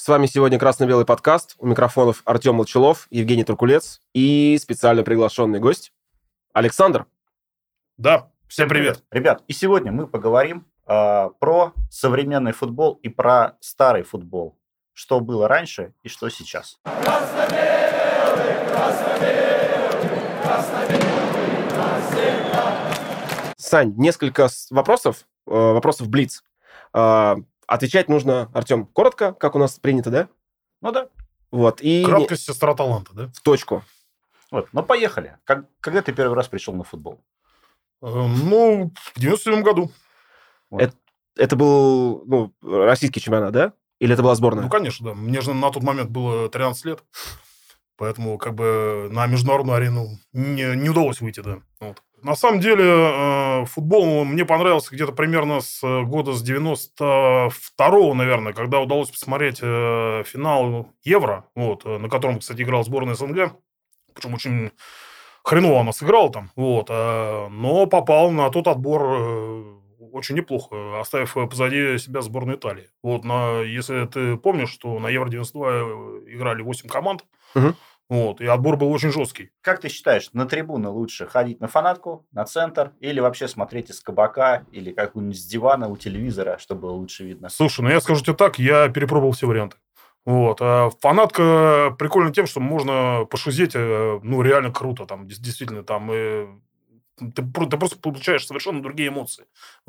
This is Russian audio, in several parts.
С вами сегодня «Красно-белый подкаст». У микрофонов Артем Молчалов, Евгений Туркулец и специально приглашенный гость Александр. Да, всем привет. Ребят, и сегодня мы поговорим про современный футбол и про старый футбол. Что было раньше и что сейчас. Красно-белый, красно-белый, красно-белый навсегда. Сань, несколько вопросов блиц. Отвечать нужно, Артем, коротко, как у нас принято, да? Ну да. Вот, и... Краткость сестра таланта, да? В точку. Вот, ну поехали. Когда ты первый раз пришел на футбол? В 97 году. Вот. Это был российский чемпионат, да? Или это была сборная? Ну, конечно, да. Мне же на тот момент было 13 лет. Поэтому на международную арену не удалось выйти, да. Вот. На самом деле, футбол мне понравился где-то примерно с года с 92-го, наверное, когда удалось посмотреть финал Евро, на котором, кстати, играла сборная СНГ. Причем очень хреново она сыграла там. Но попал на тот отбор очень неплохо, оставив позади себя сборную Италии. Если ты помнишь, что на Евро-92 играли 8 команд, и отбор был очень жесткий. Как ты считаешь, на трибуны лучше ходить на фанатку, на центр, или вообще смотреть из кабака, или как-нибудь с дивана у телевизора, чтобы было лучше видно? Слушай, я скажу тебе так, я перепробовал все варианты. А фанатка прикольна тем, что можно пошизеть, реально круто. Там, действительно, там ты просто получаешь совершенно другие эмоции.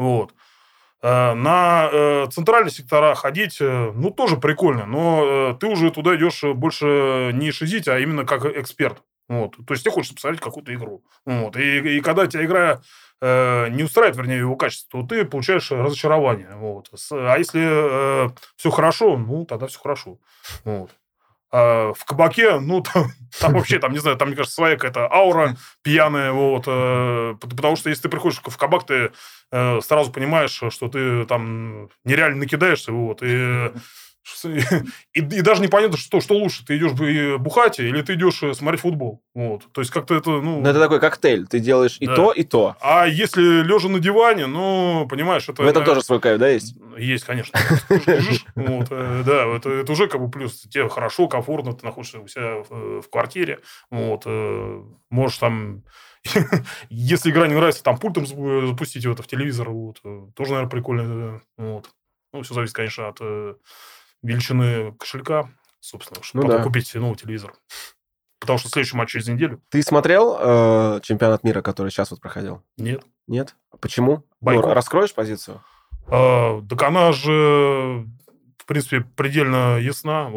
На центральные сектора ходить, тоже прикольно, но ты уже туда идешь больше не шизить, а именно как эксперт. То есть тебе хочется посмотреть какую-то игру. И когда тебя игра не устраивает, вернее, его качество, то ты получаешь разочарование. А если все хорошо, тогда все хорошо. А в кабаке, там вообще, не знаю, там, мне кажется, своя какая-то аура пьяная, потому что если ты приходишь в кабак, ты сразу понимаешь, что ты там нереально накидаешься, и даже непонятно, что лучше, ты идешь бухать или ты идешь смотреть футбол. То есть как-то это, это такой коктейль, ты делаешь и то, и то. А если лежа на диване, понимаешь, это... В этом тоже свой кайф, да, есть? Есть, конечно. Да, это уже как бы плюс. Тебе хорошо, комфортно, ты находишься у себя в квартире. Можешь там... Если игра не нравится, там пультом запустить в телевизор. Тоже, наверное, прикольно. Все зависит, конечно, от величины кошелька, собственно, чтобы потом купить новый телевизор. Потому что следующий матч через неделю. Ты смотрел чемпионат мира, который сейчас проходил? Нет. Нет? Почему? Раскроешь позицию? Так она же, в принципе, предельно ясна.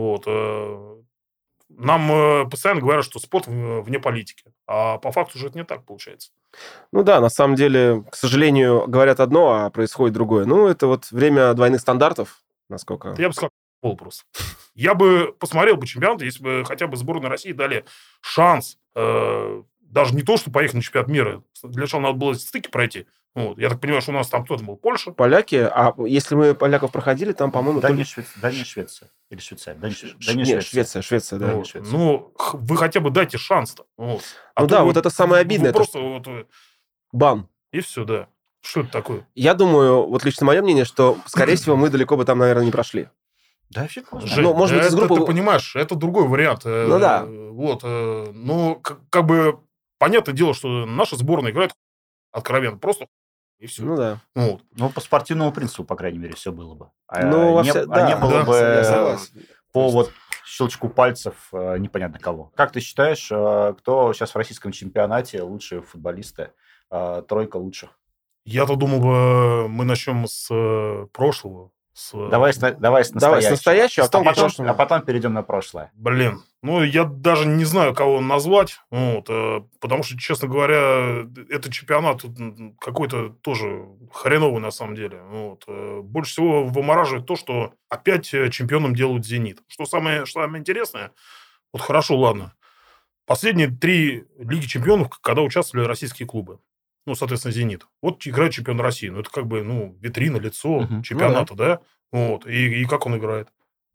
Нам постоянно говорят, что спорт вне политики. А по факту же это не так получается. На самом деле, к сожалению, говорят одно, а происходит другое. Это время двойных стандартов, насколько... Я бы сказал, просто. Я бы посмотрел чемпионат, если бы хотя бы сборной России дали шанс. Даже не то, что поехать на чемпионат мира. Для начала надо было стыки пройти. Я так понимаю, что у нас там кто-то был? Польша? Поляки? А если мы поляков проходили, там, по-моему... Швеция. Или Швейцария? Швеция, да. Вы хотя бы дайте шанс-то. Это самое обидное. Просто бан. И все, да. Что это такое? Я думаю, лично мое мнение, что, скорее всего, мы далеко бы там, наверное, не прошли. Да, фиг знает. Жень, может быть, из группы... Ты понимаешь, это другой вариант. Да. Как бы понятное дело, что наша сборная играет откровенно просто и все. Да. По спортивному принципу, по крайней мере, все было бы. Не было бы я согласен. по щелчку пальцев непонятно кого. Как ты считаешь, кто сейчас в российском чемпионате лучшие футболисты? Тройка лучших? Я-то думал, мы начнем с прошлого. Давай с настоящего, а потом перейдем на прошлое. Блин, я даже не знаю, кого назвать, потому что, честно говоря, этот чемпионат какой-то тоже хреновый на самом деле. Больше всего вымораживает то, что опять чемпионом делают «Зенит». Что самое интересное, хорошо, ладно, последние 3 Лиги чемпионов, когда участвовали российские клубы. Соответственно, «Зенит». Играет чемпион России. Это как бы, витрина, лицо чемпионата, да? И как он играет?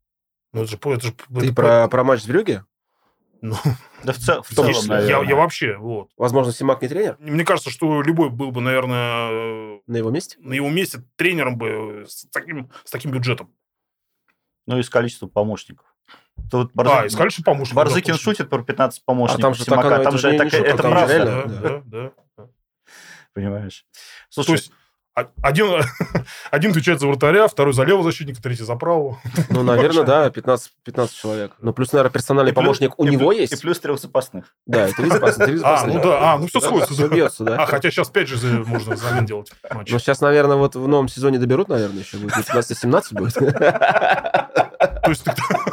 Ты про матч с Брюгге? Да в целом, наверное. Я вообще, Возможно, Симак не тренер? Мне кажется, что любой был бы, наверное... На его месте? На его месте тренером бы с таким бюджетом. Ну, и с количеством помощников. Тут из количества помощников. Барзыкин шутит про 15 помощников. там же так оно, там же это не шутка, это там правда. реально. Да. Понимаешь? То Слушай, есть один отвечает за вратаря, второй за левого защитника, третий за правого. Ну, наверное, да, 15 человек. Ну, плюс, наверное, персональный помощник у него есть. И плюс 3 запасных. Да, и 3 запасных. Все сходится. Все бьется, да. Хотя сейчас 5 же можно замен делать. Ну, сейчас, наверное, вот в новом сезоне доберут, наверное, еще будет. 15-17 будет. То есть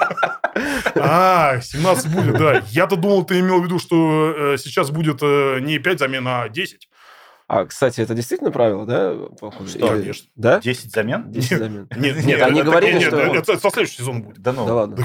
17 будет, да. Я-то думал, ты имел в виду, что сейчас будет не 5 замен, а 10. А, кстати, это действительно правило, да? Похоже? Да, конечно. Да? 10 замен? 10 замен. Нет, они говорили, нет, что... это со следующего сезона будет. Да ну. Да ладно.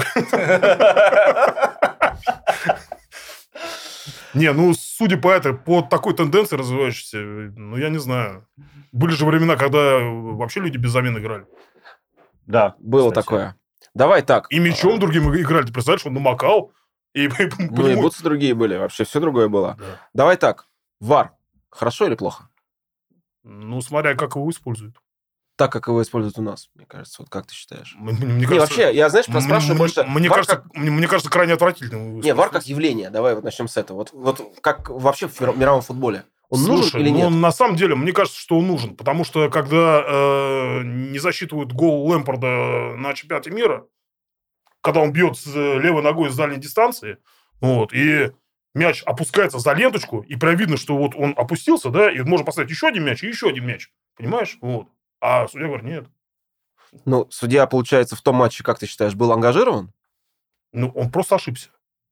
Не, ну, судя по такой тенденции развивающейся, ну, я не знаю. Были же времена, когда вообще люди без замен играли. Да. Было кстати. такое. Давай так. И мячом другим играли. Ты представляешь, он намокал. И Ну, и бутсы другие были. Вообще все другое было. Да. Давай так. ВАР. Хорошо или плохо? Ну, смотря как его используют. Так, как его используют у нас, мне кажется. Вот как ты считаешь? Мне Не, кажется, вообще, я, знаешь, спрашиваю больше... Мне ВАР кажется, как- мне кажется, крайне отвратительным. Не, ВАР как явление. Давай вот начнем с этого. Вот как вообще в мировом футболе. Он нужен или нет? Ну, на самом деле, мне кажется, что он нужен. Потому что, когда не засчитывают гол Лэмпарда на чемпионате мира, когда он бьет с левой ногой с дальней дистанции, вот, и мяч опускается за ленточку, и прям видно, что вот он опустился, да, и можно поставить еще один мяч и еще один мяч. Понимаешь? Вот. А судья говорит, нет. Ну, судья, получается, в том матче, как ты считаешь, был ангажирован? Ну, он просто ошибся.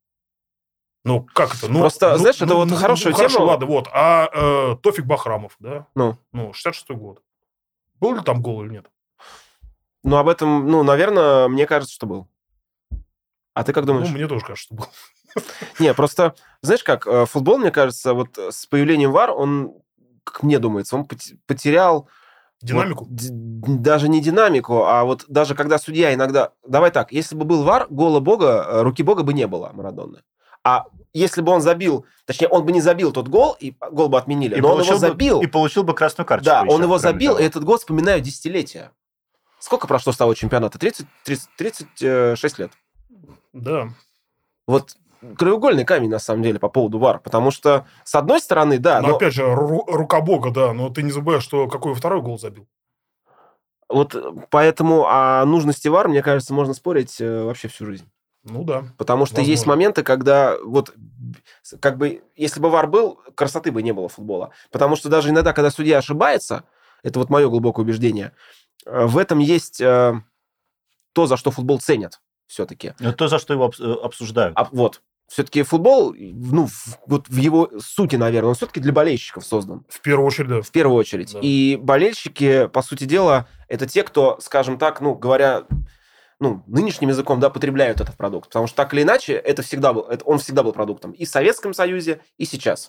Ну, как это? Ну, Просто, знаешь, это вот хорошая хорошо, тема. ладно, вот. Тофик Бахрамов, да? Ну, 66-й год. Был ли там гол или нет? ну, об этом, ну, наверное, мне кажется, что был. А ты как думаешь? Ну, мне тоже кажется, что был. Не, просто, знаешь как, футбол, мне кажется, вот с появлением ВАР, он, как мне думается, он потерял... Динамику? Вот, даже не динамику, а вот даже когда судья иногда... Давай так, если бы был ВАР, гола Бога, руки Бога бы не было Марадоны. А если бы он забил, точнее, он бы не забил тот гол, и гол бы отменили, но он его забил. И получил бы красную карточку. Да, он еще, его кроме забил, того. и этот год вспоминаю десятилетия. Сколько прошло с того чемпионата? 36 лет. Да. Вот краеугольный камень, на самом деле, по поводу ВАР. Потому что, с одной стороны, да... Но опять же, рука Бога, да, но ты не забываешь, что какой второй гол забил. Вот поэтому о нужности ВАР, мне кажется, можно спорить вообще всю жизнь. Ну да. Потому что Возможно. есть моменты, когда вот как бы если бы ВАР был, красоты бы не было футбола. Потому что даже иногда, когда судья ошибается, это вот мое глубокое убеждение, в этом есть то, за что футбол ценят все-таки. Это то, за что его обсуждают. Вот. Все-таки футбол, ну, вот в его сути, наверное, он все-таки для болельщиков создан. В первую очередь, да. В первую очередь. Да. И болельщики, по сути дела, это те, кто, скажем так, ну, говоря... ну, нынешним языком, да, потребляют этот продукт. Потому что так или иначе, это всегда был, он всегда был продуктом. И в Советском Союзе, и сейчас.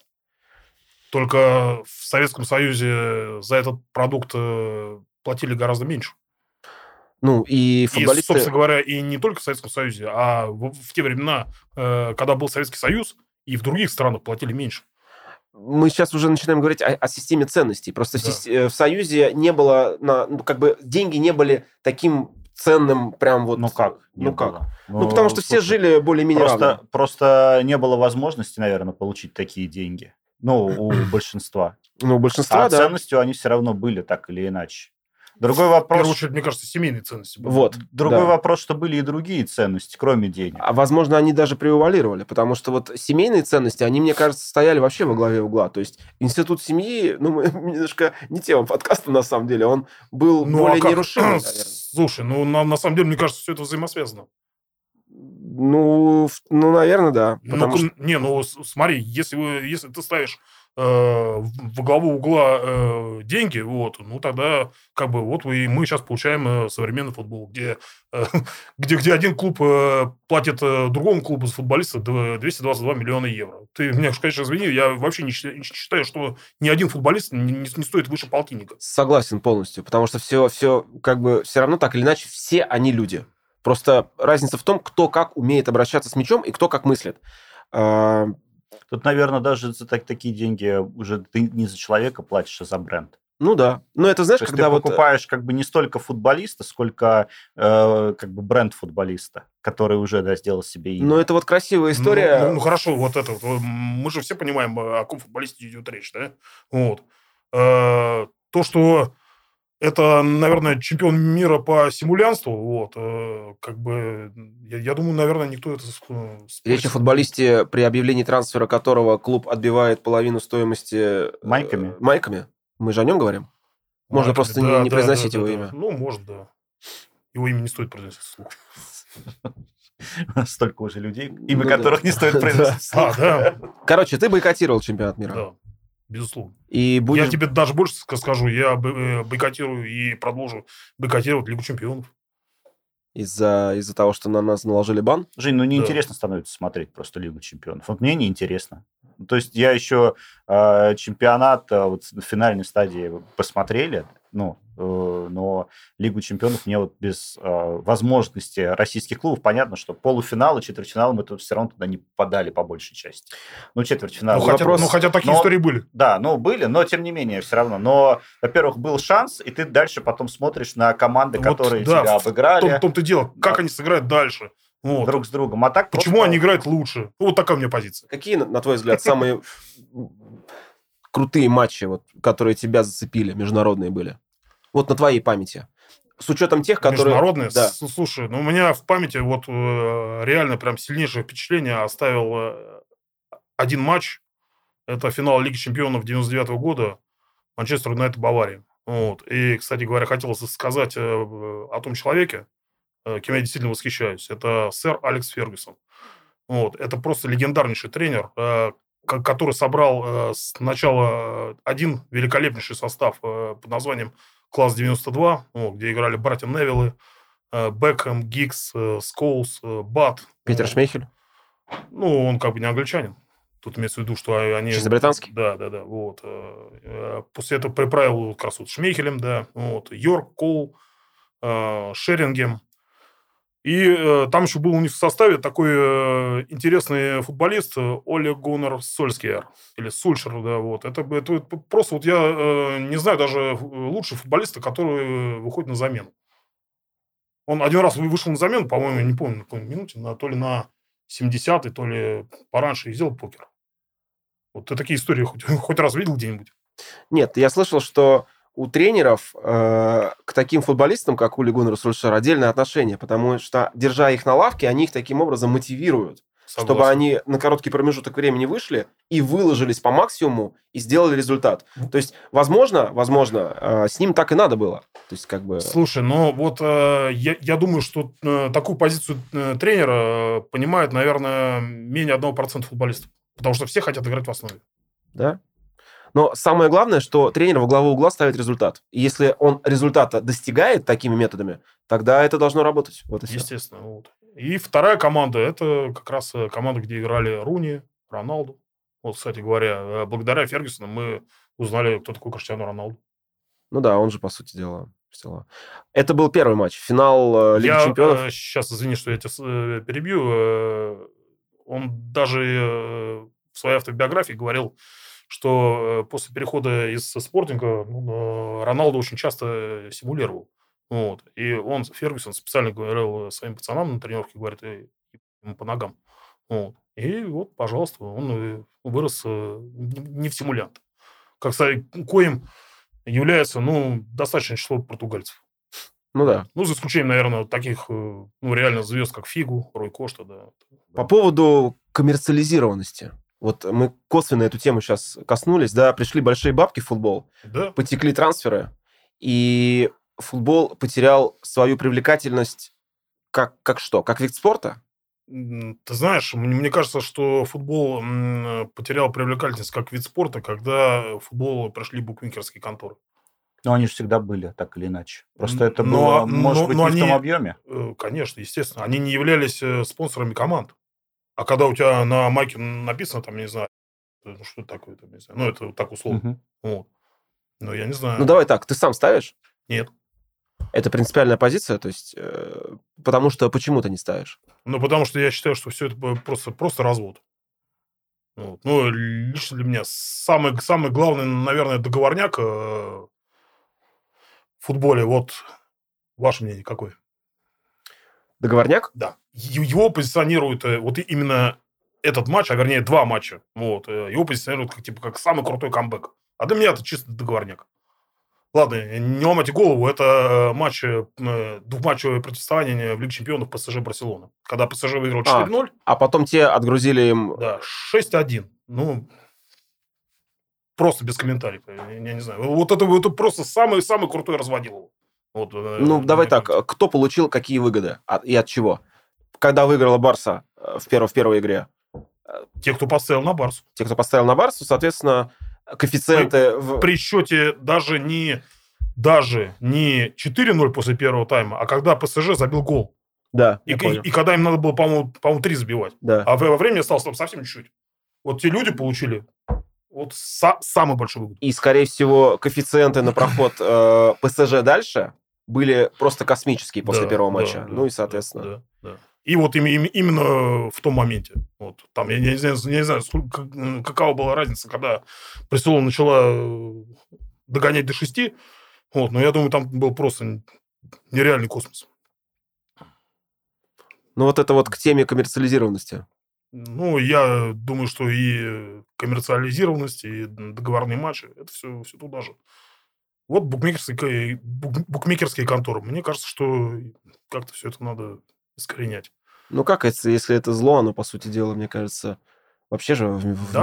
Только в Советском Союзе за этот продукт платили гораздо меньше. Ну, и И, футболисты... собственно говоря, и не только в Советском Союзе, а в те времена, когда был Советский Союз, и в других странах платили меньше. Мы сейчас уже начинаем говорить о системе ценностей. Просто Да. в Союзе не было... ну, как бы деньги не были таким ценным прям вот... Ну как? Ну как? было? Ну, потому что все жили более-менее равно. Просто не было возможности, наверное, получить такие деньги. Ну, у большинства. Ну, у большинства, А да. ценностью они все равно были, так или иначе. Другой В первую вопрос... очередь, мне кажется, семейные ценности были. Вот. Другой да. вопрос, что были и другие ценности, кроме денег. А, возможно, они даже преувалировали, потому что вот семейные ценности, они, мне кажется, стояли вообще во главе угла. То есть институт семьи, ну, мы немножко не тема подкаста, на самом деле, он был Ну, более а как? нерушимый, наверное. Слушай, ну, на самом деле, мне кажется, все это взаимосвязано. Ну, наверное, да. Потому что... Не, ну, смотри, если ты ставишь во главу угла деньги, вот, ну, тогда, как бы, вот и мы сейчас получаем современный футбол, где один клуб платит другому клубу за футболиста 222 миллиона евро. Ты меня, конечно, извини, я вообще не считаю, что ни один футболист не стоит выше полтинника. Согласен полностью, потому что все, как бы, все равно так или иначе, все они люди. Просто разница в том, кто как умеет обращаться с мячом и кто как мыслит. Тут, наверное, даже за такие деньги уже ты не за человека платишь, а за бренд. Ну да. Но это, знаешь, То есть когда ты вот... покупаешь как бы не столько футболиста, сколько как бы бренд футболиста, который уже, да, сделал себе имя. Ну, это вот красивая история. Ну, хорошо, вот это вот. Мы же все понимаем, о каком футболисте идет речь, да? Вот. То, что это, наверное, чемпион мира по симулянству, вот, как бы, я думаю, наверное, никто это спорить Речь о футболисте, при объявлении трансфера которого клуб отбивает половину стоимости... Майками? Майками. Мы же о нем говорим. Можно Майками, просто не произносить его имя. Ну, может, да. Его имя не стоит произносить вслух. Столько уже людей, имя Ну которых да. не стоит произносить вслух. Да, Короче, ты бойкотировал чемпионат мира. да, безусловно. И будешь... Я тебе даже больше скажу, я бойкотирую и продолжу бойкотировать Лигу чемпионов. Из-за того, что на нас наложили бан? Жень, ну Да. неинтересно становится смотреть просто Лигу чемпионов. Вот мне неинтересно. То есть я еще чемпионат вот в финальной стадии посмотрели, но Лигу чемпионов мне вот без возможности российских клубов, понятно, что полуфиналы, четвертьфиналы мы тут все равно туда не попадали по большей части. Ну, четвертьфинал. Хотя такие истории были. Да, были, но тем не менее все равно. Но, во-первых, был шанс, и ты дальше потом смотришь на команды, которые тебя обыграли. В том-то и дело, как они сыграют дальше. Вот. Друг с другом. А так Почему они играют лучше? Вот такая у меня позиция. Какие, на твой взгляд, самые крутые матчи, вот, которые тебя зацепили, международные были? Вот на твоей памяти. С учетом тех, которые... Международные? Да. Слушай, у меня в памяти вот реально прям сильнейшее впечатление оставил один матч. Это финал Лиги чемпионов 99 года. Манчестер Юнайтед, Бавария. Вот. И, кстати говоря, хотелось сказать о том человеке, кем я действительно восхищаюсь. Это сэр Алекс Фергюсон. Вот. Это просто легендарнейший тренер, который собрал сначала один великолепнейший состав под названием «Класс 92», где играли братья Невиллы, Бекхэм, Гиггс, Скоулс, Бат. Питер Шмейхель? Ну, он как бы не англичанин. Тут имеется в виду, что они... Чисто британский? Да. Вот. После этого приправил как раз вот Шмейхелем, да. Вот. Йорк, Коул, Шерингем. И там еще был у них в составе такой интересный футболист Оле Гуннар Сольскияр. Или Сульшер, да, вот. Это просто вот я не знаю даже лучшего футболиста, который выходит на замену. Он один раз вышел на замену, по-моему, не помню, на какой минуте, то ли на 70-й, то ли пораньше, и сделал покер. Вот ты такие истории хоть раз видел где-нибудь? Нет, я слышал, что у тренеров к таким футболистам, как Ули Гуннер Сульшер, отдельное отношение, потому что, держа их на лавке, они их таким образом мотивируют, Согласен. чтобы они на короткий промежуток времени вышли и выложились по максимуму и сделали результат. То есть, возможно, с ним так и надо было. То есть, как бы... Слушай, ну вот я думаю, что такую позицию тренера понимает, наверное, менее 1% футболистов. Потому что все хотят играть в основе. Да. Но самое главное, что тренер во главу угла ставит результат. И если он результата достигает такими методами, тогда это должно работать. Вот и все. Естественно. Вот. И вторая команда, это как раз команда, где играли Руни, Роналду. Вот, кстати говоря, благодаря Фергюсону мы узнали, кто такой Криштиану Роналду. Ну да, он же, по сути дела, все. Это был первый матч, финал Лиги чемпионов. Сейчас, извини, что я тебя перебью. Он даже в своей автобиографии говорил, что после перехода из спортинга Роналду очень часто симулировал. Вот. И он, Фергюсон, специально говорил своим пацанам на тренировке, говорит, ему по ногам. Вот. И вот, пожалуйста, он вырос не в симулянт. Коим является, достаточное число португальцев. Ну да. За исключением, наверное, таких, реально звезд, как Фигу, Рой Кошта, да. По поводу коммерциализированности. Вот мы косвенно эту тему сейчас коснулись, да, пришли большие бабки в футбол, Да. потекли трансферы, и футбол потерял свою привлекательность как что? Как вид спорта? Ты знаешь, мне кажется, что футбол потерял привлекательность как вид спорта, когда в футбол пришли букмекерские конторы. Но они же всегда были, так или иначе. Просто это было, может быть, не в том объеме. Конечно, естественно. Они не являлись спонсорами команд. А когда у тебя на майке написано, там, не знаю, что это такое, там, не знаю, это так условно. Вот. Я не знаю. Давай так, ты сам ставишь? Нет. Это принципиальная позиция, то есть, потому что почему ты не ставишь? Потому что я считаю, что все это просто развод. Вот. Лично для меня самый главный, наверное, договорняк футболе, вот ваше мнение какое? Договорняк? Да. Его позиционируют вот именно этот матч, а вернее 2 матча. Вот. Его позиционируют как самый крутой камбэк. А для меня это чисто договорняк. Ладно, не ломайте голову, это двухматчевое противостояние в Лиге чемпионов ПСЖ Барселона. Когда ПСЖ выиграл 4-0. А потом те отгрузили им... Да, 6-1. Ну, просто без комментариев. Я не знаю. Вот это просто самый крутой разводил. Вот, давай так, кто получил какие выгоды и от чего? Когда выиграла Барса в первой игре? Те, кто поставил на Барсу. Те, кто поставил на Барсу, соответственно, коэффициенты... При счете даже не 4-0 после первого тайма, а когда ПСЖ забил гол. Да, и когда им надо было, по-моему, 3 забивать. Да. А во времени осталось там совсем чуть-чуть. Вот те люди получили вот самый большой выгоду. И, скорее всего, коэффициенты на проход ПСЖ дальше были просто космические после первого матча. И, соответственно... Да. И вот именно в том моменте. Вот, там, я не знаю, какова была разница, когда Барселона начала догонять до 6. Вот, но я думаю, там был просто нереальный космос. Ну, вот это вот к теме коммерциализированности. Ну, я думаю, что и коммерциализированность, и договорные матчи, это все туда же. Вот букмекерские конторы. Мне кажется, что как-то все это надо искоренять. Ну, как это, если это зло, оно, по сути дела, мне кажется, вообще же...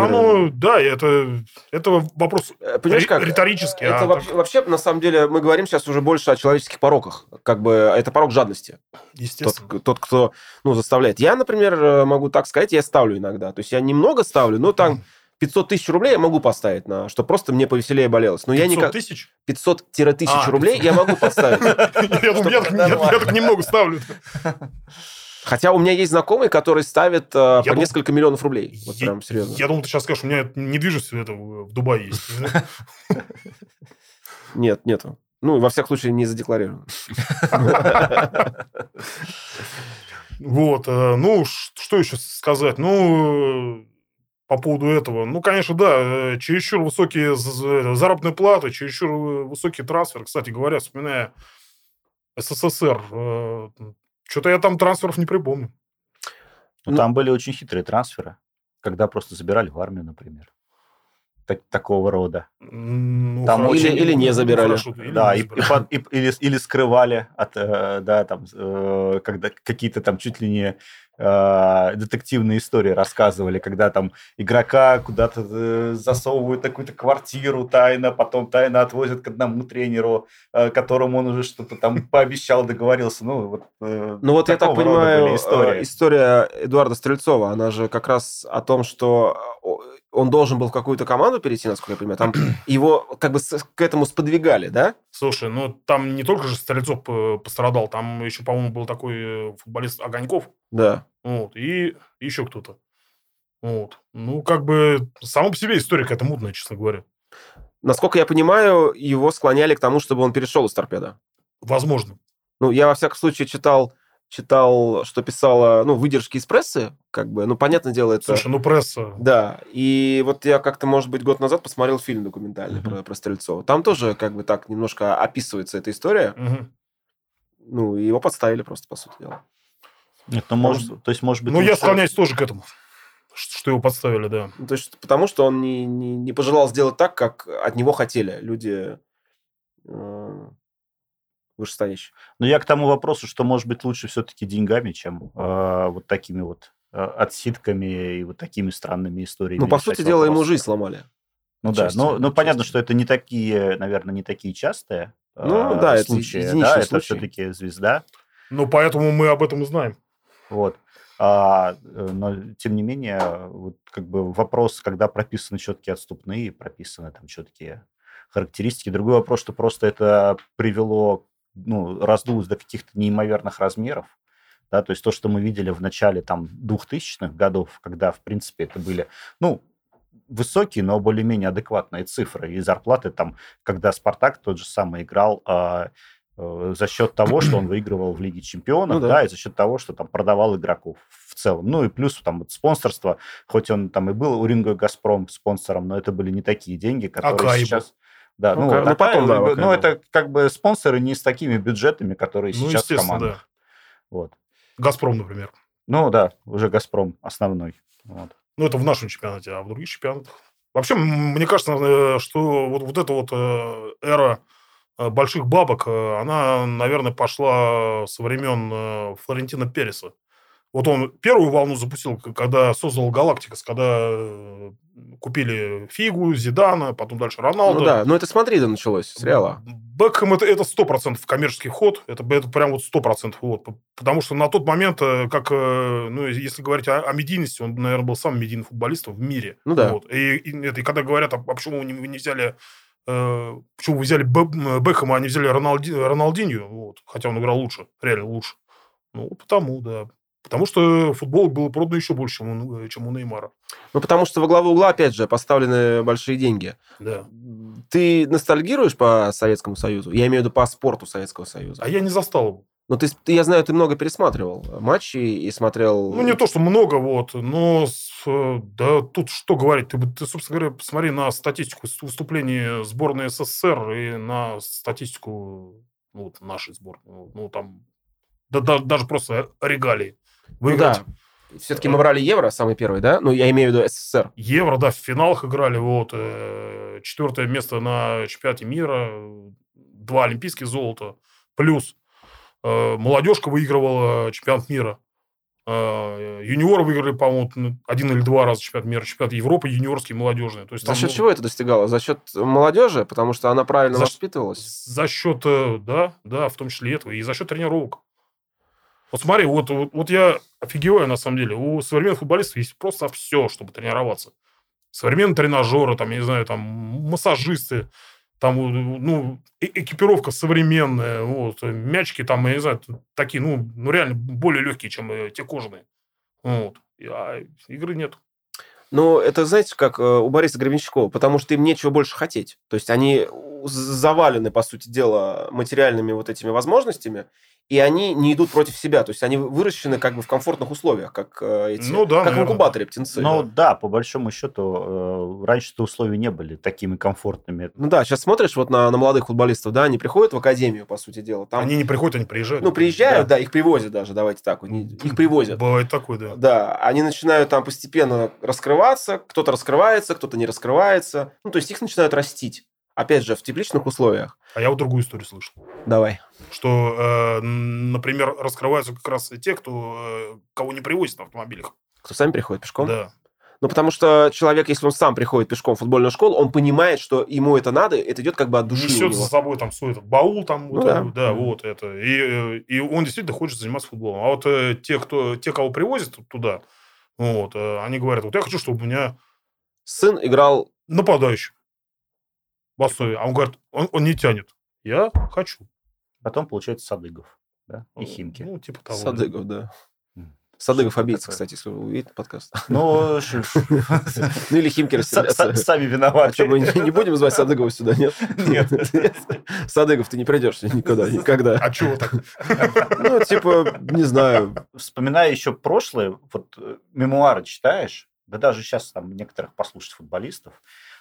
Это вопрос риторический. Это вообще, на самом деле, мы говорим сейчас уже больше о человеческих пороках. Как бы это порок жадности. Естественно. Тот, кто заставляет. Я, например, могу так сказать, я ставлю иногда. То есть я немного ставлю, но там 500 тысяч рублей я могу поставить, чтобы просто мне повеселее болелось. Но 500 тысяч? 500-1000 рублей я могу поставить. Я так немного ставлю. Хотя у меня есть знакомый, который ставит по несколько миллионов рублей. Вот прям серьезно. Я думал, ты сейчас скажешь, у меня недвижимость в Дубае есть. Нет, нету. Ну, во всяком случае, не задекларировано. Вот. Ну, что еще сказать? Ну, по поводу этого. Ну, конечно, да, чересчур высокие заработные платы, чересчур высокий трансфер. Кстати говоря, вспоминая СССР, что-то я там трансферов не припомню. Ну, там были очень хитрые трансферы, когда просто забирали в армию, например. Такого рода. Ну, там или не забирали. Да, или скрывали от, когда какие-то там чуть ли не детективные истории рассказывали, когда там игрока куда-то засовывают на какую-то квартиру тайно, потом тайно отвозят к одному тренеру, которому он уже что-то там пообещал, договорился. Ну вот я так понимаю, история Эдуарда Стрельцова, она же как раз о том, что он должен был в какую-то команду перейти, насколько я понимаю. Там его как бы к этому сподвигали, да? Слушай, ну там не только же Стрельцов пострадал, там еще, по-моему, был такой футболист Огоньков. Да. Вот, и еще кто-то. Вот. Ну, как бы, само по себе история какая-то мутная, честно говоря. Насколько я понимаю, его склоняли к тому, чтобы он перешел из Торпедо. Возможно. Ну, я, во всяком случае, читал, что писала, выдержки из прессы, как бы, понятное дело, это... Слушай, пресса... Да, и вот я как-то, может быть, год назад посмотрел фильм документальный про Стрельцова. Там тоже, как бы, так немножко описывается эта история. Ну, и его подставили просто, по сути дела. Нет, может быть... Ну, я склоняюсь тоже к этому, что его подставили, да. То есть, потому что он не пожелал сделать так, как от него хотели люди... вышестоящий. Но я к тому вопросу, что, может быть, лучше все-таки деньгами, чем вот такими вот отсидками и вот такими странными историями. Ну, по сути дела, ему жизнь сломали. Ну да, но понятно, что это не такие, наверное, не такие частые случаи. Это да, случай. Это все-таки звезда. Ну, поэтому мы об этом и знаем. Вот. Но, тем не менее, вот как бы вопрос, когда прописаны четкие отступные, прописаны там четкие характеристики. Другой вопрос, что просто это привело, раздулось до каких-то неимоверных размеров. Да, то есть то, что мы видели в начале там 2000-х годов, когда, в принципе, это были, высокие, но более-менее адекватные цифры. И зарплаты там, когда «Спартак» тот же самый играл за счет того, что он выигрывал в Лиге чемпионов, и за счет того, что там продавал игроков в целом. Ну и плюс там вот спонсорство, хоть он там и был у Ринго Газпром спонсором, но это были не такие деньги, которые сейчас... Да, Ну, потом, да, ну, Вакаева. это как бы спонсоры не с такими бюджетами, которые Ну, сейчас в естественно, командах. да. Вот. «Газпром», например. Ну, да, уже «Газпром» основной. Вот. Ну, это в нашем чемпионате, а в других чемпионатах... Вообще, мне кажется, что вот эта вот эра больших бабок, она, наверное, пошла со времен Флорентино Переса. Вот он первую волну запустил, когда создал «Галактикос», когда купили Фигу, Зидана, потом дальше Роналдо. Ну да, но это с Мадрида началось, с Реала. Бекхэм это 100% коммерческий ход, это прям вот 100% ход, потому что на тот момент, ну, если говорить о медийности, он, наверное, был самым медийным футболистом в мире. Ну да. Вот. И когда говорят, почему вы не взяли, почему вы взяли Бекхэма, а не взяли Роналдинью, вот, хотя он играл лучше, реально лучше. Ну, потому, да. Потому что футбол было продано еще больше, чем у Неймара. Ну, потому что во главу угла, опять же, поставлены большие деньги. Да. Ты ностальгируешь по Советскому Союзу? Я имею в виду по спорту Советского Союза. А я не застал его. Ну, я знаю, ты много пересматривал матчи и смотрел... Ну, не то, что много, вот, но да тут что говорить. Ты, собственно говоря, посмотри на статистику выступлений сборной СССР и на статистику вот, нашей сборной. Ну, там даже просто регалии. Выиграть. Ну, да. Все-таки мы брали Евро, самый первый, да? Ну, я имею в виду СССР. Евро, да, в финалах играли. Вот, 4 место на чемпионате мира, 2 олимпийских золота. Плюс молодежка выигрывала чемпионат мира. Юниоры выиграли, по-моему, 1 или 2 раза чемпионат мира, чемпионат Европы, юниорский, молодежный. То есть, За счет чего это достигало? За счет молодежи, потому что она правильно воспитывалась? За счет, да, в том числе этого, и за счет тренировок. Вот смотри, вот я офигеваю, на самом деле. У современных футболистов есть просто все, чтобы тренироваться. Современные тренажеры, там, я не знаю, там, массажисты, там, ну, экипировка современная, вот, мячики там, я не знаю, такие, ну реально более легкие, чем те кожаные. Вот. А игры нет. Ну, это, знаете, как у Бориса Гребенщикова, потому что им нечего больше хотеть. То есть они завалены, по сути дела, материальными вот этими возможностями, и они не идут против себя. То есть они выращены как бы в комфортных условиях, как Ну, да, как в наверное, инкубаторе птенцы. Ну да, по большому счету, раньше-то условия не были такими комфортными. Ну да, сейчас смотришь вот на молодых футболистов, да, они приходят в академию, по сути дела. Там, Они не приходят, они приезжают. ну, приезжают, да, их привозят даже, давайте так, их привозят. Бывает такое, да. Да, они начинают там постепенно раскрываться, кто-то раскрывается, кто-то не раскрывается. Ну, то есть их начинают растить. Опять же, в тепличных условиях. А я вот другую историю слышал. Давай. Что, например, раскрываются как раз те, кого не привозят на автомобилях. Кто сами приходит пешком? Да. Ну, потому что человек, если он сам приходит пешком в футбольную школу, он понимает, что ему это надо, это идет как бы от души у Несет него. за собой там свой этот баул, там, Ну вот, да. да, вот это. И он действительно хочет заниматься футболом. А вот те, кого привозят туда, вот, они говорят, вот я хочу, чтобы у меня Сын играл... нападающий в основе. А он говорит, он не тянет. Я хочу. Потом получается Садыгов, да, и Химки. Ну, типа того. Садыгов, да. М. Садыгов Что обидится, такое? кстати, если увидит подкаст. Ну, Ну, или Химки растеряться. сами А виноваты. что, мы не будем звать Садыгова сюда, нет? Нет. Садыгов, ты не придешь никуда, никогда. А чего так? Ну, типа, не знаю. Вспоминая еще прошлое, вот мемуары читаешь, да даже сейчас там некоторых послушать футболистов,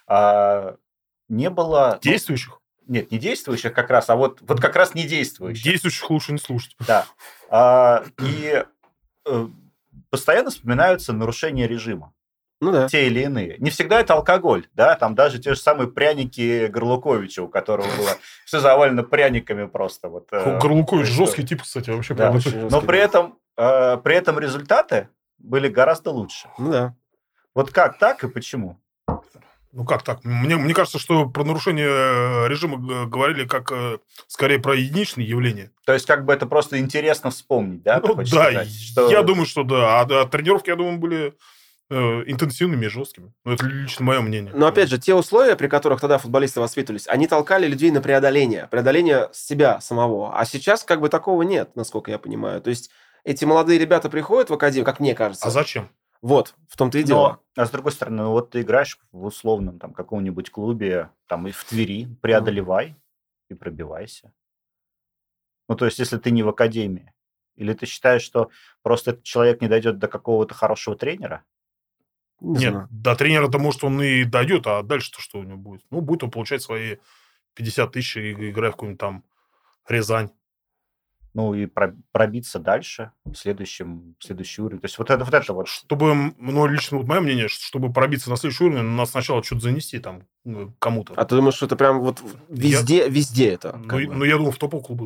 не было... Действующих? Нет, не действующих как раз, а вот как раз не действующих. Действующих лучше не слушать. Да. И постоянно вспоминаются нарушения режима. Ну да. Те или иные. Не всегда это алкоголь, да, там даже те же самые пряники Горлуковича, у которого было все завалено пряниками просто. Вот, Горлукович жесткий тип, кстати, вообще. Да. прям. Но при этом результаты были гораздо лучше. Ну да. Вот как так и почему? Ну, как так? Мне кажется, что про нарушение режима говорили как скорее про единичные явления. То есть, как бы это просто интересно вспомнить, да? Ну, да, я думаю, что да. А тренировки, я думаю, были интенсивными и жесткими. Ну, это лично мое мнение. Но, опять же, те условия, при которых тогда футболисты воспитывались, они толкали людей на преодоление себя самого. А сейчас как бы такого нет, насколько я понимаю. То есть эти молодые ребята приходят в академию, как мне кажется. А зачем? Вот, в том-то и дело. А с другой стороны, вот ты играешь в условном там каком-нибудь клубе, там и в Твери, преодолевай и пробивайся. Ну, то есть, если ты не в академии, или ты считаешь, что просто этот человек не дойдет до какого-то хорошего тренера? Не Нет, знаю. до тренера-то, может, он и дойдет, а дальше-то что у него будет? Ну, будет он получать свои 50 тысяч и играй в какую-нибудь там Рязань. Ну, и пробиться дальше, следующий уровень. То есть вот это вот. Чтобы, ну, лично вот мое мнение, чтобы пробиться на следующий уровень, надо сначала что-то занести там кому-то. А ты думаешь, что это прям вот везде это? Ну, я думаю, в топовые клубы,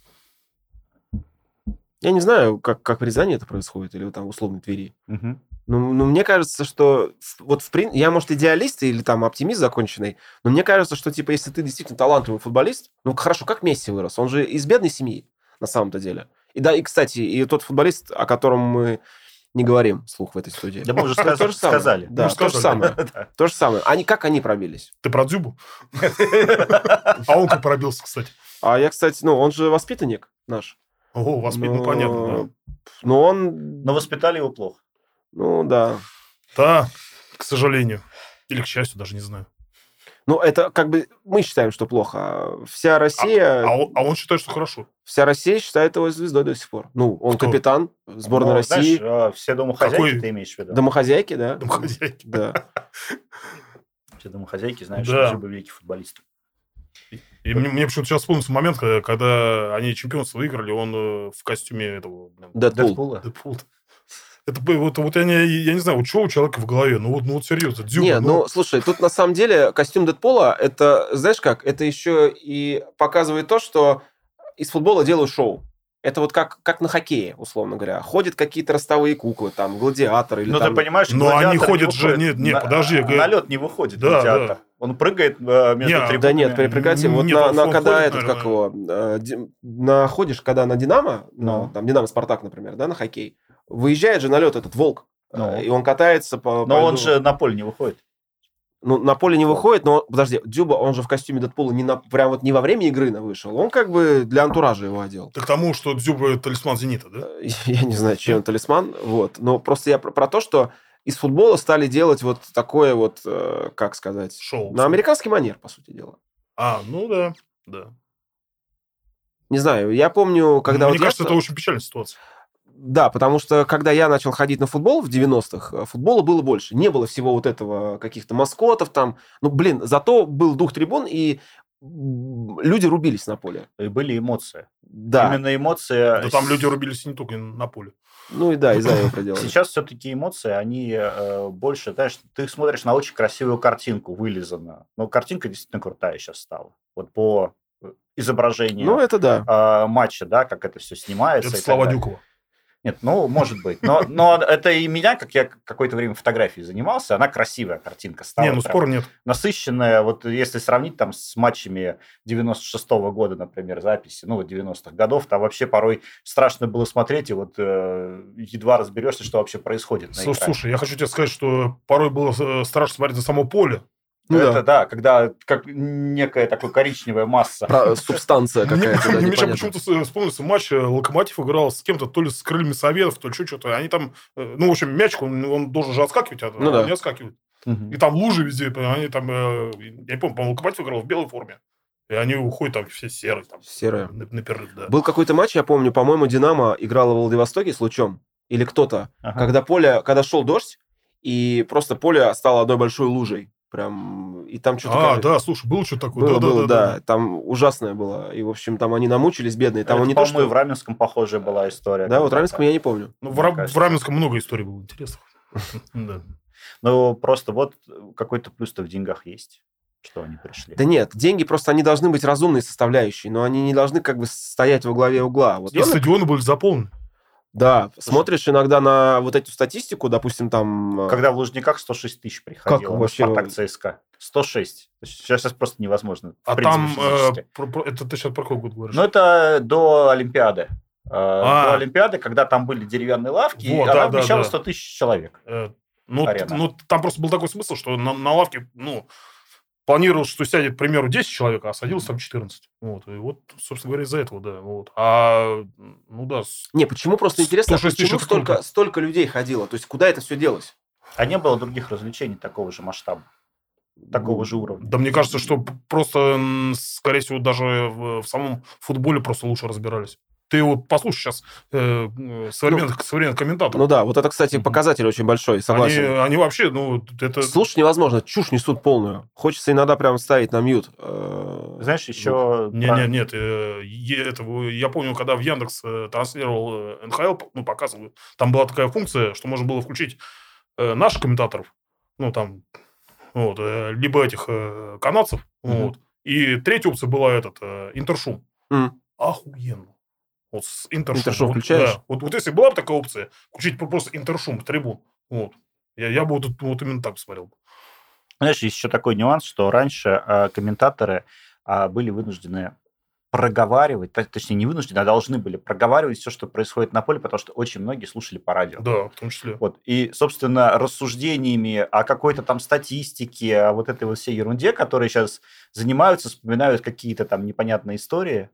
да. Я не знаю, как в Рязани это происходит, или там условной Твери. Угу. Ну, мне кажется, что вот я, может, идеалист или там оптимист законченный, но мне кажется, что, типа, если ты действительно талантливый футболист, ну, хорошо, как Месси вырос? Он же из бедной семьи, на самом-то деле. И да, и, кстати, и тот футболист, о котором мы не говорим вслух в этой студии. Да мы уже сказали. Да, то же самое. То же самое. Как они пробились? Ты про Дзюбу? А он как пробился, кстати? А я, кстати, он же воспитанник наш. Ого, воспитан, понятно, да. Но воспитали его плохо. Ну, да. Да, к сожалению. Или к счастью, даже не знаю. Ну, это как бы мы считаем, что плохо. Вся Россия... А он считает, что хорошо. Вся Россия считает его звездой до сих пор. Ну, он капитан сборной России. Знаешь, все домохозяйки ты имеешь в виду? Домохозяйки, да. Домохозяйки. Да. Все домохозяйки знают, что Дзюба великий футболист. И мне почему-то сейчас вспомнился момент, когда они чемпионство выиграли, он в костюме этого... Дэдпула. Это вот я не знаю, вот что у человека в голове? Ну вот серьезно, Дзюба. Не, ну, слушай, тут на самом деле костюм Дэдпула, это, знаешь как, это еще и показывает то, что из футбола делают шоу. Это вот как на хоккее, условно говоря. Ходят какие-то ростовые куклы, там, гладиаторы. Или ну, там... ты понимаешь, но они ходят же... Нет, подожди. На лед не выходит да, гладиатор. Да. Он прыгает между трибунами. Да нет, прекратим. Вот когда ходит, этот, как его, находишь, когда на Динамо, там Динамо-Спартак, например, да, на хоккей, выезжает же на лед этот волк, и он катается по... Но он же на поле не выходит. Ну, на поле не выходит, но, подожди, Дзюба, он же в костюме Дэдпула прям вот не во время игры вышел, он как бы для антуража его одел. Ты к тому, что Дзюба талисман «Зенита», да? Я не знаю, чем талисман, вот, но просто я про то, что из футбола стали делать вот такое вот, как сказать... Шоу. На американский манер, по сути дела. Ну да. Не знаю, я помню, когда... Мне кажется, это очень печальная ситуация. Да, потому что, когда я начал ходить на футбол в 90-х, футбола было больше. Не было всего вот этого, каких-то маскотов там. Ну, блин, зато был дух трибун, и люди рубились на поле. И были эмоции. Да. Именно эмоции... Да там люди рубились не только на поле. Ну и да, из-за этого проделали. Сейчас все-таки эмоции, они больше... Знаешь, ты смотришь на очень красивую картинку, вылизанную. Но картинка действительно крутая сейчас стала. Вот по изображению это да. Матча, да, как это все снимается. Это слова Дюкова. Нет, может быть. Но это и меня, как я какое-то время фотографией занимался, она красивая картинка стала. Спора нет. Насыщенная. Вот если сравнить там с матчами 96-го года, например, записи, 90-х годов, там вообще порой страшно было смотреть, и вот едва разберешься, что вообще происходит на экране. Слушай, я хочу тебе сказать, что порой было страшно смотреть на само поле. Это да, когда как некая такая коричневая масса. Субстанция какая-то. Мне почему-то вспомнился матч, Локомотив играл с кем-то, то ли с Крыльями Советов, то ли что-то. Они там, в общем, мячик, он должен же отскакивать, а он не отскакивает. И там лужи везде, они там, я не помню, по-моему, Локомотив играл в белой форме. И они уходят там все серые. Серые. На перерыв, да. Был какой-то матч, я помню, по-моему, Динамо играла в Владивостоке с Лучом. Или кто-то. Когда шел дождь, и просто поле стало одной большой лужей. Прям, и там что-то... да, слушай, было что-то такое. Было, да. Там ужасное было. И, в общем, там они намучились, бедные. Там это, не по-моему, и в Раменском похожая была история. Да, вот в Раменском я не помню. В Раменском много историй было интересных. Ну, просто вот какой-то плюс-то в деньгах есть, что они пришли. Да нет, деньги просто, они должны быть разумной составляющей, но они не должны как бы стоять во главе угла. И стадионы были заполнены. Да, смотришь иногда на вот эту статистику, допустим, там... Когда в Лужниках 106 тысяч приходило, как вообще... Спартак ЦСКА. 106. Сейчас просто невозможно. А там, это ты сейчас про какой год говоришь? Ну, это до Олимпиады. До Олимпиады, когда там были деревянные лавки, вот, она вмещала 100 тысяч человек. Там просто был такой смысл, что на лавке, планировалось, что сядет, к примеру, 10 человек, а садилось там 14. Вот. И вот, собственно говоря, из-за этого, да. Вот. Не, почему просто интересно, почему столько людей ходило? То есть, куда это все делось? А не было других развлечений такого же масштаба, такого же уровня? Да мне кажется, что просто, скорее всего, даже в самом футболе просто лучше разбирались. Ты вот послушай сейчас современных комментаторов. Ну да, вот это, кстати, показатель очень большой, согласен. Они вообще, это... Слушать невозможно, чушь несут полную. Хочется иногда прям ставить на мьют. Знаешь, еще... Нет. Я помню, когда в Яндекс транслировал НХЛ, показывал, там была такая функция, что можно было включить наших комментаторов, либо этих канадцев, и третья опция была интершум. Охуенно. Вот с Интершум включаешь? Да. Вот если была бы такая опция, включить просто интершум в трибун, я бы вот именно так посмотрел. Знаешь, есть еще такой нюанс, что раньше комментаторы были вынуждены проговаривать, точнее, не вынуждены, а должны были проговаривать все, что происходит на поле, потому что очень многие слушали по радио. Да, в том числе. Вот. И, собственно, рассуждениями о какой-то там статистике, о вот этой вот всей ерунде, которые сейчас занимаются, вспоминают какие-то там непонятные истории,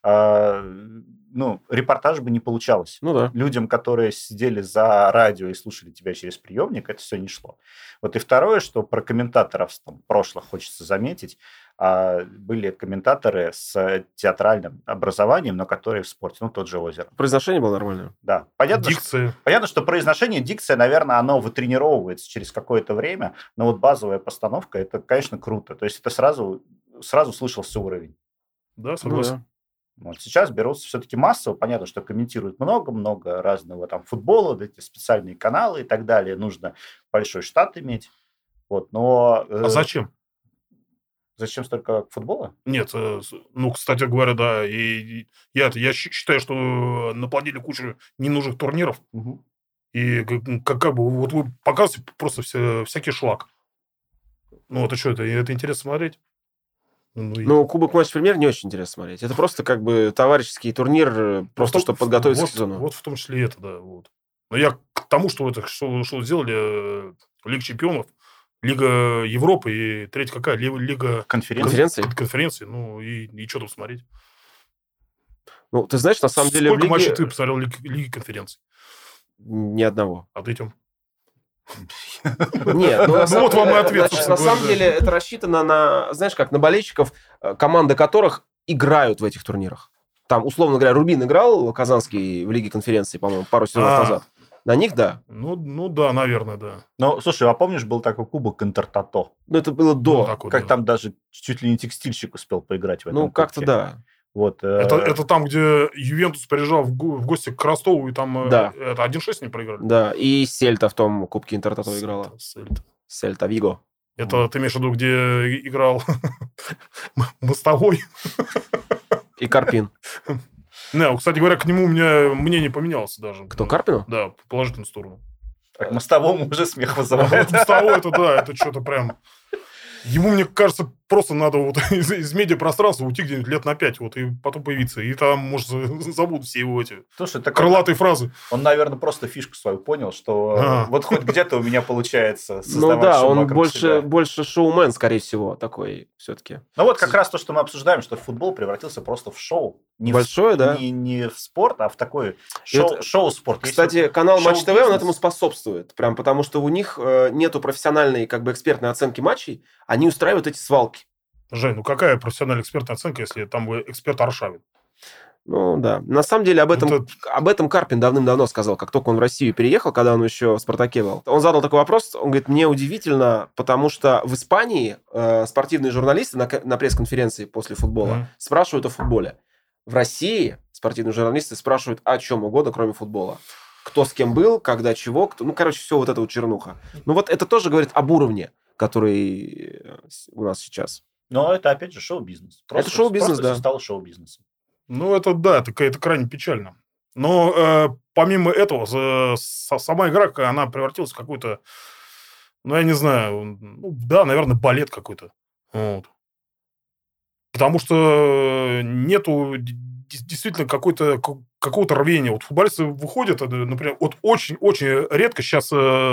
репортаж бы не получалось. Ну да. Людям, которые сидели за радио и слушали тебя через приемник, это все не шло. Вот и второе, что про комментаторов прошлых хочется заметить, были комментаторы с театральным образованием, но которые в спорте, тот же Озеров. Произношение было нормальное? Да. Понятно, дикция. Понятно, что произношение, дикция, наверное, оно вытренировывается через какое-то время, но вот базовая постановка, это, конечно, круто. То есть это сразу слышался уровень. Да, согласен. Ну, да. Вот сейчас берутся все-таки массово. Понятно, что комментируют много-много разного там футбола, эти специальные каналы и так далее. Нужно большой штат иметь. Вот, но... А зачем? Зачем столько футбола? Нет, кстати говоря, да. И я считаю, что наплодили кучу ненужных турниров. Угу. И как бы вот вы показываете просто всякий шлак. Это что, это интересно смотреть? Кубок Матч Премьер не очень интересно смотреть. Это просто как бы товарищеский турнир, просто чтобы подготовиться к сезону. Вот в том числе это, да. Вот. Но я к тому, что сделали Лига Чемпионов, Лига Европы и третья какая? Лига... Конференции. Конференции. И что там смотреть? Ты знаешь, на самом деле... Сколько матчей ты посмотрел Лиги Конференций? Ни одного. А ты, Тём? Нет, вот вам и ответ. На самом деле это рассчитано на болельщиков, команды которых играют в этих турнирах. Там, условно говоря, Рубин играл Казанский в Лиге Конференции, по-моему, пару сезонов назад. На них, да. Да, наверное, да. Слушай, а помнишь, был такой кубок Интертото? Это было до. Там даже чуть ли не текстильщик успел поиграть в этом кубке. Как-то да. Вот, это там, где Ювентус приезжал в гости к Ростову, и там 1-6 не проиграли. Да, и Сельта в том кубке Интертото играла. Сельта Виго. Это ты имеешь в виду, где играл Мостовой? И Карпин. Кстати говоря, к нему у меня мнение поменялось даже. Кто, Карпину? Да, в положительную сторону. Так Мостовому уже смех вызывает. Мостовой, это что-то прям... Ему, мне кажется, просто надо из медиапространства уйти где-нибудь лет на 5, и потом появиться. И там, может, забудут все его эти крылатые фразы. Он, наверное, просто фишку свою понял, что вот хоть где-то у меня получается создавать шоу он вокруг себя. больше шоумен, скорее всего, такой все-таки. Как раз то, что мы обсуждаем, что футбол превратился просто в шоу. Большое, да? Не в спорт, а в такой шоу-спорт. Кстати, канал Матч ТВ, он этому способствует. Прям потому, что у них нету профессиональной, экспертной оценки матчей, они устраивают эти свалки. Жень, какая профессиональная экспертная оценка, если там эксперт Аршавин? Да. На самом деле об этом Карпин давным-давно сказал, как только он в Россию переехал, когда он еще в «Спартаке» был. Он задал такой вопрос, он говорит, мне удивительно, потому что в Испании спортивные журналисты на пресс-конференции после футбола спрашивают о футболе. В России спортивные журналисты спрашивают о чем угодно, кроме футбола. Кто с кем был, когда чего, все вот это чернуха. Это тоже говорит об уровне, который у нас сейчас. Но это, опять же, шоу-бизнес. Это шоу-бизнес, да. Стало шоу-бизнесом. Это крайне печально. Но помимо этого, сама игра, она превратилась в какую-то, я не знаю, наверное, балет какой-то. Вот. Потому что нету действительно какого-то рвения. Футболисты выходят, например, очень-очень редко сейчас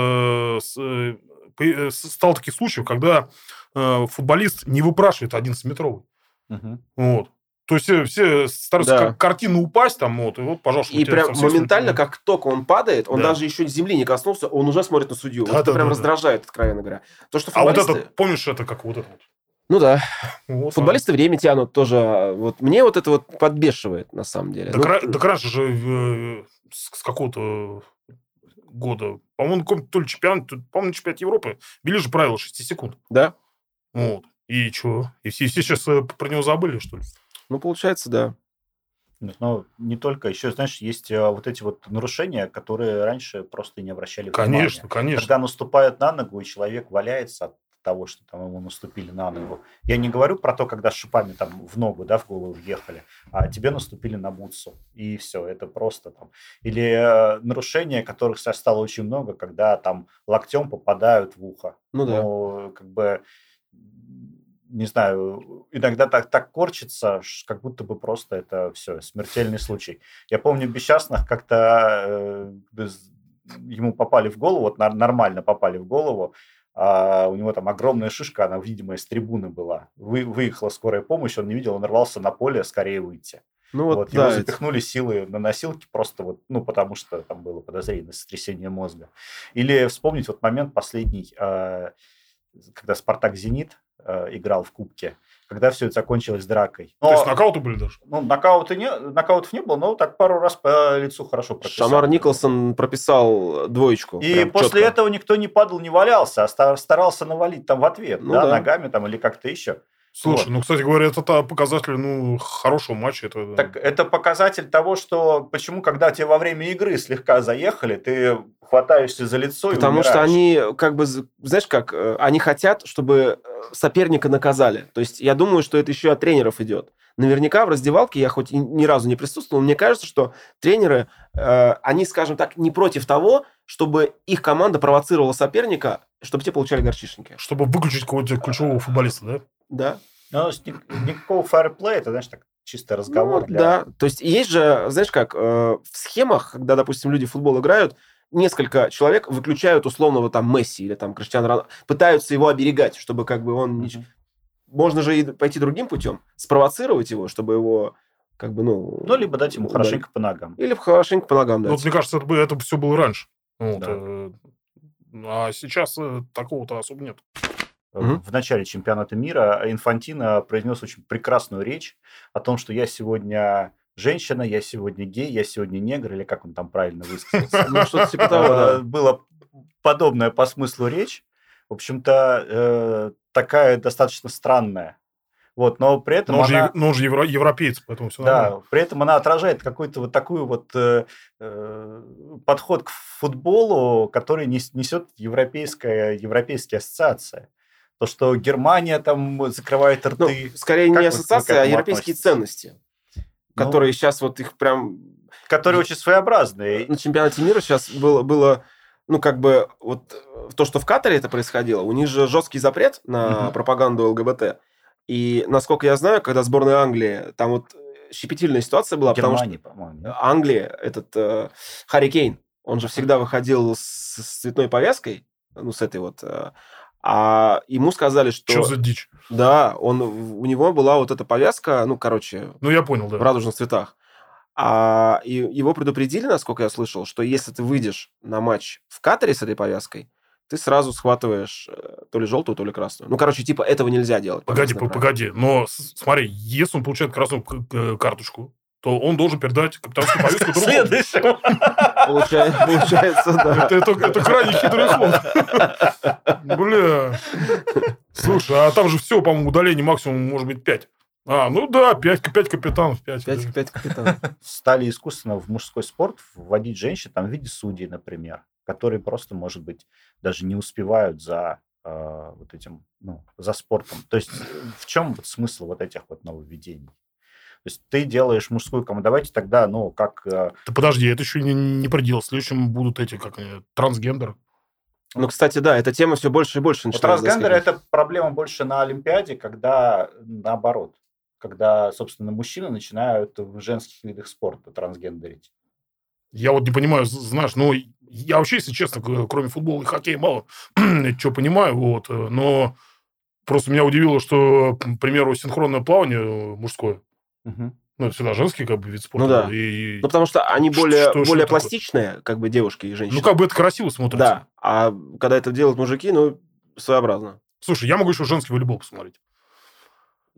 стало таких случаев, когда футболист не выпрашивает 11-метровый. Вот. То есть все стараются картину упасть, пожалуйста. И прям моментально, как только он падает, он даже еще земли не коснулся, он уже смотрит на судью. Это прям раздражает, откровенно говоря. То, что футболисты... помнишь, это как вот это вот? Ну да. Вот, Футболисты время тянут тоже. Вот мне вот это вот подбешивает, на самом деле. Так раньше же с какого-то года, по-моему, то ли чемпионат, по-моему, чемпионат Европы, ввели же правило 6 секунд. Да. Вот. И что? И все сейчас про него забыли, что ли? Ну, получается, да. Но не только. Еще, знаешь, есть вот эти вот нарушения, которые раньше просто не обращали внимания. Конечно, конечно. Когда наступают на ногу, и человек валяется от того, что там ему наступили на ногу. Я не говорю про то, когда с шипами там в ногу, да, в голову въехали, а тебе наступили на бутсу. И все, это просто там. Или нарушения, которых сейчас стало очень много, когда там локтем попадают в ухо. Ну да. Но, как бы, не знаю, иногда так корчится, как будто бы просто это все, смертельный случай. Я помню Бесчастных, как-то ему попали в голову, вот нормально попали в голову, а у него там огромная шишка, она, видимо, из трибуны была. Выехала скорая помощь, он не видел, он рвался на поле скорее выйти. Ну вот, его да, запихнули силой на носилки просто вот, ну, потому что там было подозрение на сотрясение мозга. Или вспомнить вот момент последний, когда «Спартак-Зенит» играл в Кубке, когда все это закончилось дракой. То есть нокауты были даже? Ну, нокаутов не было, но так пару раз по лицу хорошо прописал. Шамар Николсон прописал двоечку. И после этого никто не падал, не валялся, а старался навалить там в ответ, Ну да. ногами там или как-то еще. Слушай, Вот. ну, кстати говоря, это показатель, хорошего матча. Так это показатель того, что почему, когда тебе во время игры слегка заехали, ты хватаешься за лицо Потому и умираешь. что они, как бы, знаешь как, они хотят, чтобы соперника наказали. То есть я думаю, что это еще от тренеров идет. Наверняка в раздевалке, я хоть ни разу не присутствовал, мне кажется, что тренеры, они, скажем так, не против того, чтобы их команда провоцировала соперника, чтобы те получали горчишники. Чтобы выключить какого-то ключевого футболиста, да? Да. Ну, никакого фэрплея, это, знаешь, так чисто разговор. Ну, да. То есть есть же, знаешь как, в схемах, когда, допустим, люди в футбол играют, несколько человек выключают условного там Месси или там Криштиану Роналду, пытаются его оберегать, чтобы как бы он... Можно же и пойти другим путем, спровоцировать его, чтобы его как бы, Ну, либо дать ему хорошенько по ногам. Или хорошенько по ногам дать. Вот, мне кажется, это все было раньше. Вот, Да. а сейчас такого-то особо нет. В начале чемпионата мира Инфантино произнес очень прекрасную речь о том, что я сегодня женщина, я сегодня гей, я сегодня негр, или как он там правильно высказался. Ну, что-то типа того, да. Была подобная по смыслу речь. В общем-то, такая достаточно странная. Вот, но при этом Но он же европеец, поэтому все нормально. Да, при этом она отражает какой-то вот такой вот подход к футболу, который несет европейская ассоциация. То, что Германия там закрывает рты. Ну, скорее не ассоциация, а европейские относитесь? ценности, которые сейчас вот их прям... Которые очень своеобразные. На чемпионате мира сейчас было, ну, как бы, вот то, что в Катаре это происходило, у них же жесткий запрет на пропаганду ЛГБТ. И, насколько я знаю, когда сборная Англии, там вот щепетильная ситуация была, Германии, потому что по-моему, да? Англия, этот Харри Кейн, он же всегда выходил с цветной повязкой, ну, с этой вот... А ему сказали, что... Что за дичь? Да, у него была вот эта повязка, ну, короче... Ну, я понял, да. В радужных цветах. И его предупредили, насколько я слышал, что если ты выйдешь на матч в Катаре с этой повязкой, ты сразу схватываешь то ли желтую, то ли красную. Ну, короче, типа, этого нельзя делать. Погоди. Но смотри, если он получает красную карточку, то он должен передать капитанскую повестку другому. Следующему. Получается, да. Это крайне хитрый ход. Бля. Слушай, а там же все, по-моему, удаление максимум может быть 5. Ну да, 5 капитанов. 5 капитанов. Стали искусственно в мужской спорт вводить женщин там в виде судей, например, которые просто, может быть, даже не успевают за вот этим, за спортом. То есть в чем вот смысл вот этих вот нововведений? То есть ты делаешь мужскую команду, давайте тогда, как... Да подожди, это еще не предел. В следующем будут эти, трансгендеры. Ну, кстати, да, эта тема все больше и больше начинает трансгендеры – это проблема больше на Олимпиаде, когда наоборот. Когда, собственно, мужчины начинают в женских видах спорта трансгендерить. Я вот не понимаю, знаешь, я вообще, если честно, кроме футбола и хоккея мало что понимаю, вот, но просто меня удивило, что, к примеру, синхронное плавание мужское, это всегда женский вид спорта. Ну да. И... потому что они более такое? пластичные, как бы девушки и женщины. это красиво смотрится. Да, а когда это делают мужики, своеобразно. Слушай, я могу еще женский волейбол посмотреть.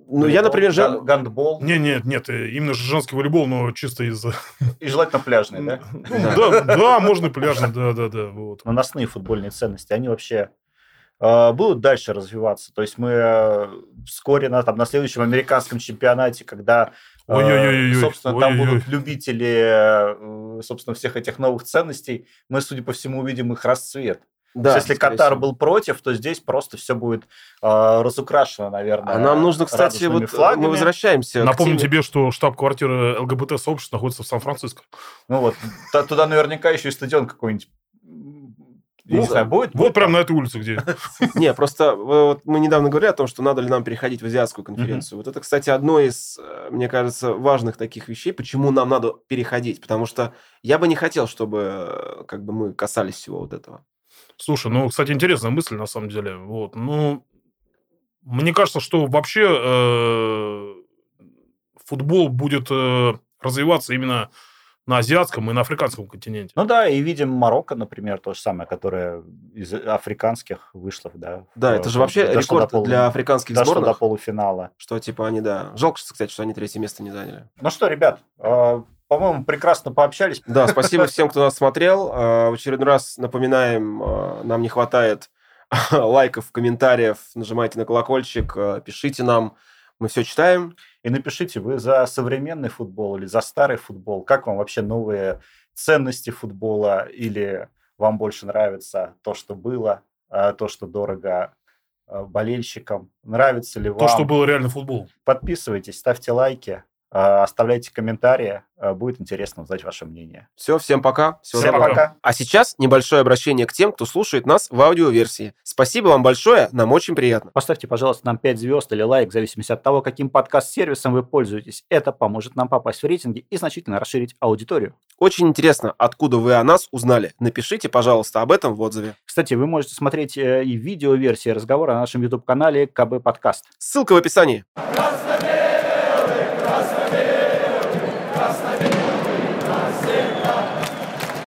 Ну, я, например, гандбол. Нет, именно же женский волейбол, но чисто из... И желательно пляжный, да? Да, можно пляжный, да. Вот. Наносные футбольные ценности, они вообще будут дальше развиваться. То есть мы вскоре на следующем американском чемпионате, когда, собственно, там будут любители, собственно, всех этих новых ценностей, мы, судя по всему, увидим их расцвет. Да, если Катар был против, то здесь просто все будет разукрашено, наверное. А нам нужно, кстати, вот флагами. Мы возвращаемся. Напомню тебе, что штаб-квартира ЛГБТ-сообщества находится в Сан-Франциско. Ну вот, туда наверняка еще и стадион какой-нибудь. Я не знаю, будет? Вот прямо на этой улице, где. Не, просто мы недавно говорили о том, что надо ли нам переходить в азиатскую конференцию. Вот это, кстати, одно из, мне кажется, важных таких вещей, почему нам надо переходить. Потому что я бы не хотел, чтобы как бы мы касались всего вот этого. Слушай, кстати, интересная мысль, на самом деле. Вот. Мне кажется, что вообще футбол будет развиваться именно на азиатском и на африканском континенте. Ну да, и видим Марокко, например, то же самое, которое из африканских вышло, да. Да, это же вообще рекорд для африканских сборных. Дошло до полуфинала. Что, типа, они, да. Жалко, кстати, что они 3-е место не заняли. Ну что, ребят, по-моему, прекрасно пообщались. Да, спасибо всем, кто нас смотрел. В очередной раз напоминаем, нам не хватает лайков, комментариев. Нажимайте на колокольчик, пишите нам. Мы все читаем. И напишите, вы за современный футбол или за старый футбол? Как вам вообще новые ценности футбола? Или вам больше нравится то, что было, то, что дорого болельщикам? Нравится ли вам? То, что было реально футбол. Подписывайтесь, ставьте лайки, оставляйте комментарии. Будет интересно узнать ваше мнение. Все, всем пока. Всем пока. А сейчас небольшое обращение к тем, кто слушает нас в аудиоверсии. Спасибо вам большое, нам очень приятно. Поставьте, пожалуйста, нам 5 звезд или лайк, в зависимости от того, каким подкаст-сервисом вы пользуетесь. Это поможет нам попасть в рейтинги и значительно расширить аудиторию. Очень интересно, откуда вы о нас узнали. Напишите, пожалуйста, об этом в отзыве. Кстати, вы можете смотреть и видео-версии разговора на нашем YouTube-канале КБ Подкаст. Ссылка в описании. Красный